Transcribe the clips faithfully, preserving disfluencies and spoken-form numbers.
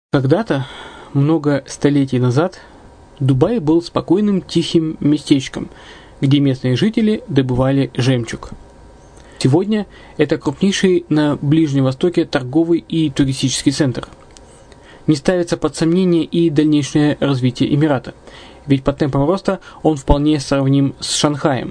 Когда-то, много столетий назад, Дубай был спокойным тихим местечком, где местные жители добывали жемчуг. Сегодня это крупнейший на Ближнем Востоке торговый и туристический центр. Не ставится под сомнение и дальнейшее развитие Эмирата, ведь по темпам роста он вполне сравним с Шанхаем.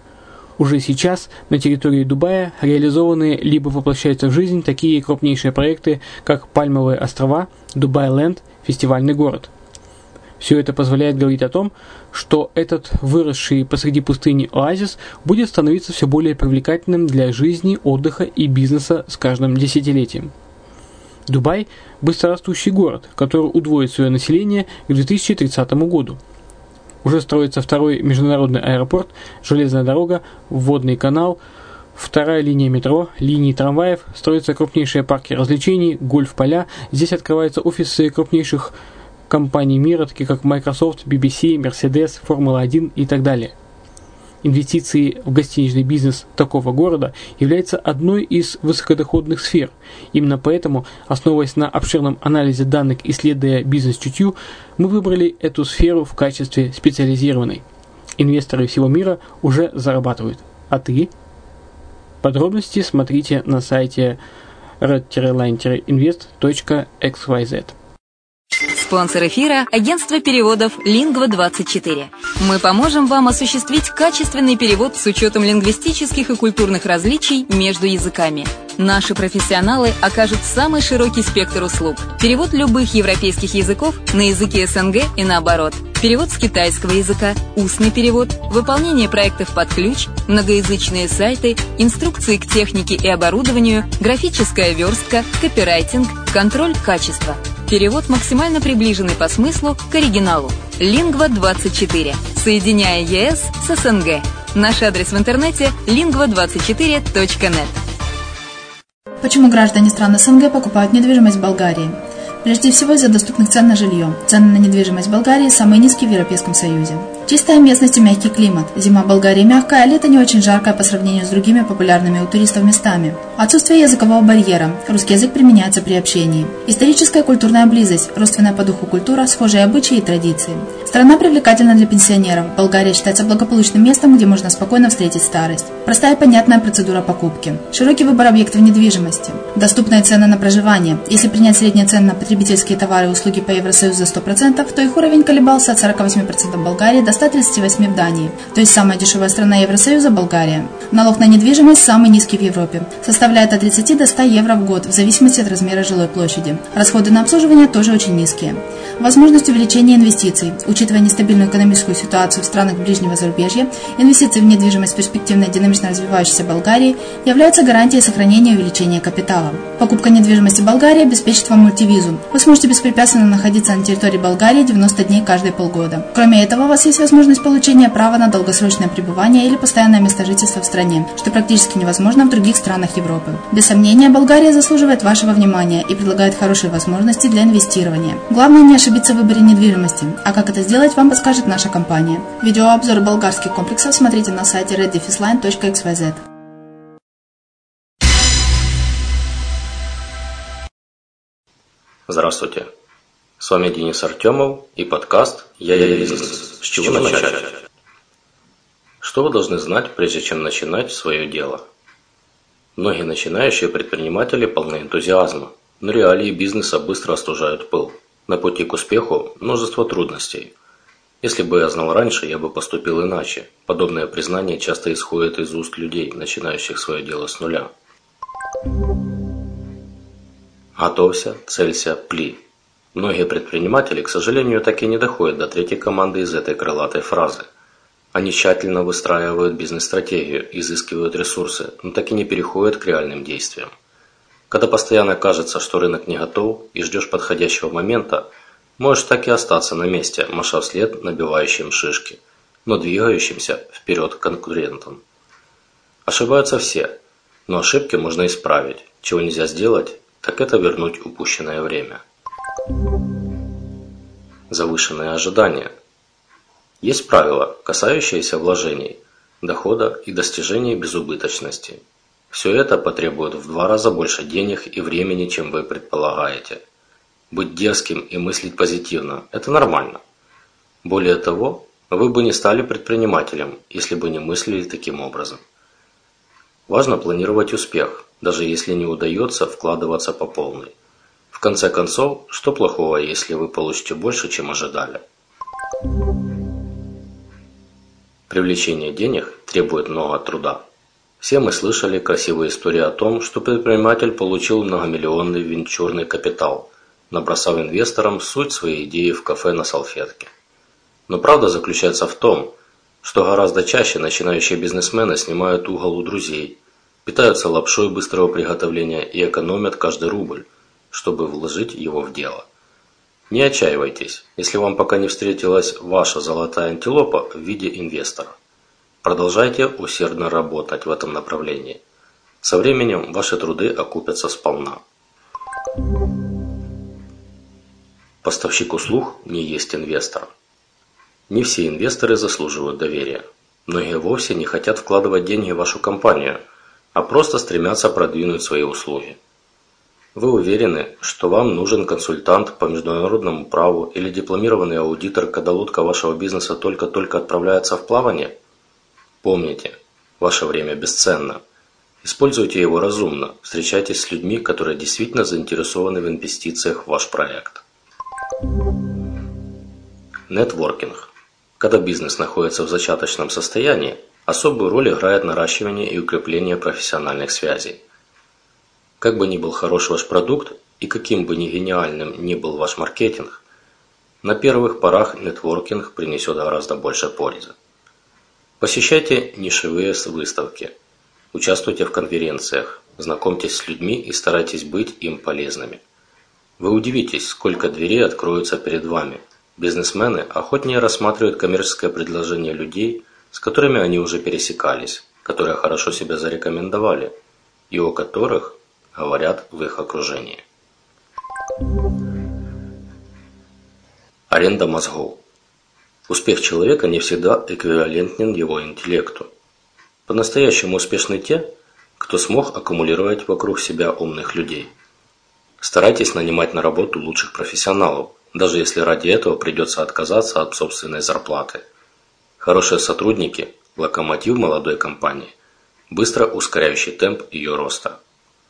Уже сейчас на территории Дубая реализованы либо воплощаются в жизнь такие крупнейшие проекты, как Пальмовые острова, Дубай-Ленд, фестивальный город. Все это позволяет говорить о том, что этот выросший посреди пустыни оазис будет становиться все более привлекательным для жизни, отдыха и бизнеса с каждым десятилетием. Дубай – быстрорастущий город, который удвоит свое население к две тысячи тридцатому году. Уже строится второй международный аэропорт, железная дорога, водный канал, вторая линия метро, линии трамваев, строятся крупнейшие парки развлечений, гольф-поля. Здесь открываются офисы крупнейших компаний мира, таких как Microsoft, би би си, Mercedes, Формула один и так далее. Инвестиции в гостиничный бизнес такого города являются одной из высокодоходных сфер. Именно поэтому, основываясь на обширном анализе данных, исследуя бизнес-чутью, мы выбрали эту сферу в качестве специализированной. Инвесторы всего мира уже зарабатывают. А ты? Подробности смотрите на сайте red line invest точка экс уай зет. Спонсор эфира – агентство переводов лингва двадцать четыре. Мы поможем вам осуществить качественный перевод с учетом лингвистических и культурных различий между языками. Наши профессионалы окажут самый широкий спектр услуг. Перевод любых европейских языков на языки эс эн гэ и наоборот. Перевод с китайского языка, устный перевод, выполнение проектов под ключ, многоязычные сайты, инструкции к технике и оборудованию, графическая верстка, копирайтинг, контроль качества. Перевод максимально приближенный по смыслу к оригиналу. лингва двадцать четыре. Соединяя е эс с эс эн гэ. Наш адрес в интернете – лингва двадцать четыре точка нет. Почему граждане стран эс эн гэ покупают недвижимость в Болгарии? Прежде всего из-за доступных цен на жилье. Цены на недвижимость в Болгарии самые низкие в Европейском Союзе. Чистая местность и мягкий климат. Зима в Болгарии мягкая, а лето не очень жаркое по сравнению с другими популярными у туристов местами. Отсутствие языкового барьера. Русский язык применяется при общении. Историческая и культурная близость. Родственная по духу культура, схожие обычаи и традиции. Страна привлекательна для пенсионеров. Болгария считается благополучным местом, где можно спокойно встретить старость. Простая и понятная процедура покупки. Широкий выбор объектов недвижимости. Доступные цены на проживание. Если принять средние цены на потребительские товары и услуги по Евросоюзу за сто процентов, то их уровень колебался от сорок восемь процентов в Болгарии до ста тридцати восьми процентов в Дании. То есть самая дешевая страна Евросоюза – Болгария. Налог на недвижимость самый низкий в Европе. Составляет от тридцати до ста евро в год, в зависимости от размера жилой площади. Расходы на обслуживание тоже очень низкие. Возможность увеличения инвестиций. Учитывая нестабильную экономическую ситуацию в странах ближнего зарубежья, инвестиции в недвижимость перспективной и динамично развивающейся Болгарии являются гарантией сохранения и увеличения капитала. Покупка недвижимости в Болгарии обеспечит вам мультивизу. Вы сможете беспрепятственно находиться на территории Болгарии девяносто дней каждые полгода. Кроме этого, у вас есть возможность получения права на долгосрочное пребывание или постоянное место жительства в стране, что практически невозможно в других странах Европы. Без сомнения, Болгария заслуживает вашего внимания и предлагает хорошие возможности для инвестирования. Главное не ошибиться в выборе недвижимости, а как это сделать, вам подскажет наша компания. Видеообзор болгарских комплексов смотрите на сайте red line точка экс уай зет. Здравствуйте, с вами Денис Артемов и подкаст «Я я бизнес». С чего начать? Что вы должны знать, прежде чем начинать свое дело? Многие начинающие предприниматели полны энтузиазма, но реалии бизнеса быстро остужают пыл. На пути к успеху множество трудностей. Если бы я знал раньше, я бы поступил иначе. Подобное признание часто исходит из уст людей, начинающих свое дело с нуля. Готовься, целься, пли. Многие предприниматели, к сожалению, так и не доходят до третьей команды из этой крылатой фразы. Они тщательно выстраивают бизнес-стратегию, изыскивают ресурсы, но так и не переходят к реальным действиям. Когда постоянно кажется, что рынок не готов и ждешь подходящего момента, можешь так и остаться на месте, маша вслед набивающим шишки, но двигающимся вперед конкурентам. Ошибаются все, но ошибки можно исправить. Чего нельзя сделать, так это вернуть упущенное время. Завышенные ожидания. Есть правила, касающиеся вложений, дохода и достижения безубыточности. Все это потребует в два раза больше денег и времени, чем вы предполагаете. Быть дерзким и мыслить позитивно – это нормально. Более того, вы бы не стали предпринимателем, если бы не мыслили таким образом. Важно планировать успех, даже если не удается вкладываться по полной. В конце концов, что плохого, если вы получите больше, чем ожидали? Привлечение денег требует много труда. Все мы слышали красивые истории о том, что предприниматель получил многомиллионный венчурный капитал, набросав инвесторам суть своей идеи в кафе на салфетке. Но правда заключается в том, что гораздо чаще начинающие бизнесмены снимают угол у друзей, питаются лапшой быстрого приготовления и экономят каждый рубль, чтобы вложить его в дело. Не отчаивайтесь, если вам пока не встретилась ваша золотая антилопа в виде инвестора. Продолжайте усердно работать в этом направлении. Со временем ваши труды окупятся сполна. Поставщик услуг не есть инвестор. Не все инвесторы заслуживают доверия. Многие вовсе не хотят вкладывать деньги в вашу компанию, а просто стремятся продвинуть свои услуги. Вы уверены, что вам нужен консультант по международному праву или дипломированный аудитор, когда лодка вашего бизнеса только-только отправляется в плавание? Помните, ваше время бесценно. Используйте его разумно, встречайтесь с людьми, которые действительно заинтересованы в инвестициях в ваш проект. Нетворкинг. Когда бизнес находится в зачаточном состоянии, особую роль играет наращивание и укрепление профессиональных связей. Как бы ни был хорош ваш продукт и каким бы ни гениальным ни был ваш маркетинг, на первых порах нетворкинг принесет гораздо больше пользы. Посещайте нишевые выставки, участвуйте в конференциях, знакомьтесь с людьми и старайтесь быть им полезными. Вы удивитесь, сколько дверей откроются перед вами. Бизнесмены охотнее рассматривают коммерческое предложение людей, с которыми они уже пересекались, которые хорошо себя зарекомендовали и о которых говорят в их окружении. Аренда мозгов. Успех человека не всегда эквивалентен его интеллекту. По-настоящему успешны те, кто смог аккумулировать вокруг себя умных людей. Старайтесь нанимать на работу лучших профессионалов, даже если ради этого придется отказаться от собственной зарплаты. Хорошие сотрудники – локомотив молодой компании, быстро ускоряющий темп ее роста.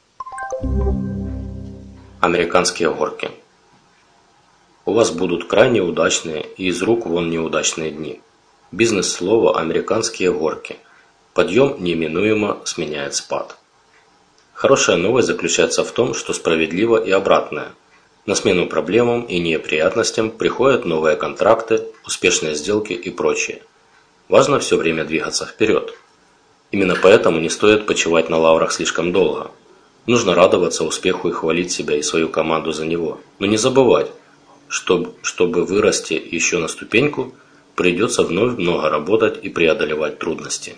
Американские горки. У вас будут крайне удачные и из рук вон неудачные дни. Бизнес-слово «американские горки». Подъем неминуемо сменяет спад. Хорошая новость заключается в том, что справедливо и обратное. На смену проблемам и неприятностям приходят новые контракты, успешные сделки и прочее. Важно все время двигаться вперед. Именно поэтому не стоит почивать на лаврах слишком долго. Нужно радоваться успеху и хвалить себя и свою команду за него. Но не забывать, что, чтобы вырасти еще на ступеньку, придется вновь много работать и преодолевать трудности.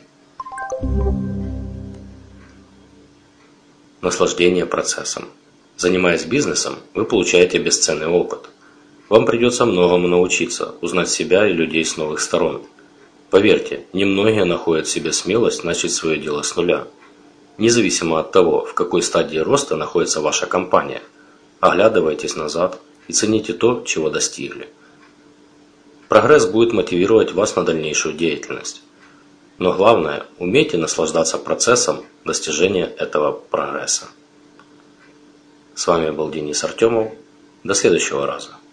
Наслаждение процессом. Занимаясь бизнесом, вы получаете бесценный опыт. Вам придется многому научиться, узнать себя и людей с новых сторон. Поверьте, немногие находят в себе смелость начать свое дело с нуля. Независимо от того, в какой стадии роста находится ваша компания, оглядывайтесь назад и цените то, чего достигли. Прогресс будет мотивировать вас на дальнейшую деятельность. Но главное, умейте наслаждаться процессом достижения этого прогресса. С вами был Денис Артемов. До следующего раза.